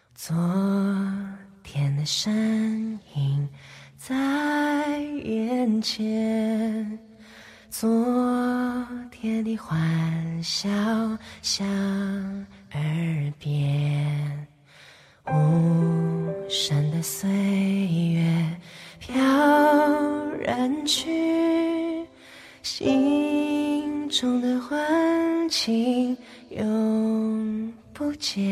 昨天的身影在眼前，昨天的欢笑响耳边，无声的岁月飘然去，心中的欢情永不见。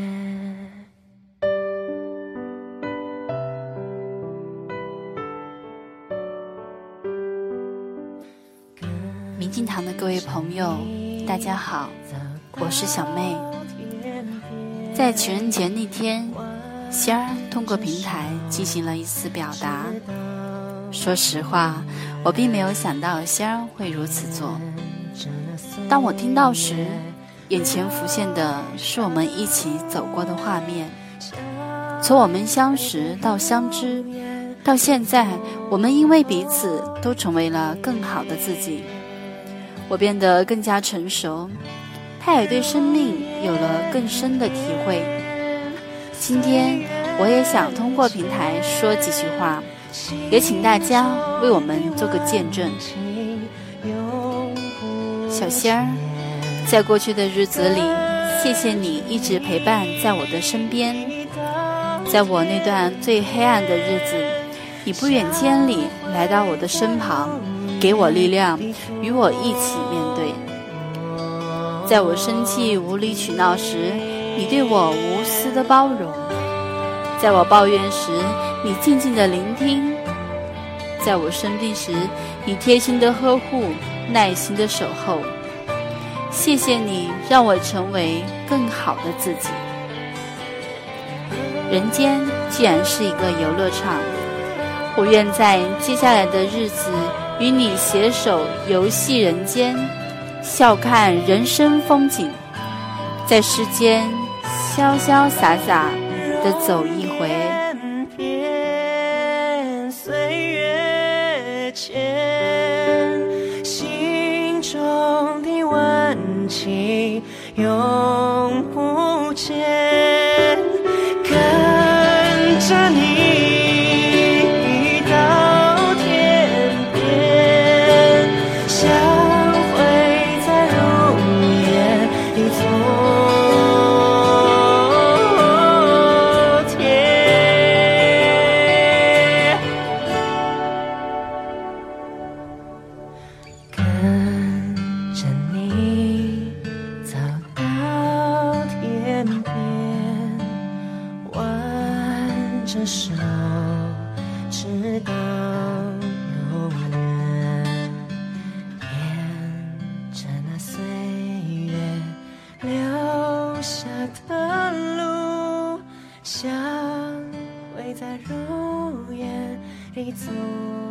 明镜堂的各位朋友，大家好，我是小妹。在情人节那天，仙儿通过平台进行了一次表达。说实话，我并没有想到仙儿会如此做。当我听到时，眼前浮现的是我们一起走过的画面，从我们相识到相知，到现在我们因为彼此都成为了更好的自己。我变得更加成熟，他也对生命有了更深的体会。今天我也想通过平台说几句话，也请大家为我们做个见证。小仙儿，在过去的日子里，谢谢你一直陪伴在我的身边。在我那段最黑暗的日子，你不远千里来到我的身旁，给我力量，与我一起面对。在我生气无理取闹时，你对我无私的包容；在我抱怨时，你静静的聆听；在我生病时，你贴心的呵护，耐心的守候。谢谢你让我成为更好的自己。人间既然是一个游乐场，我愿在接下来的日子与你携手游戏人间，笑看人生风景，在世间潇潇洒洒地走一回。 岁月前，心中的温情永不见，跟着你这手直到永远，沿着那岁月留下的路，相会在如愿里走。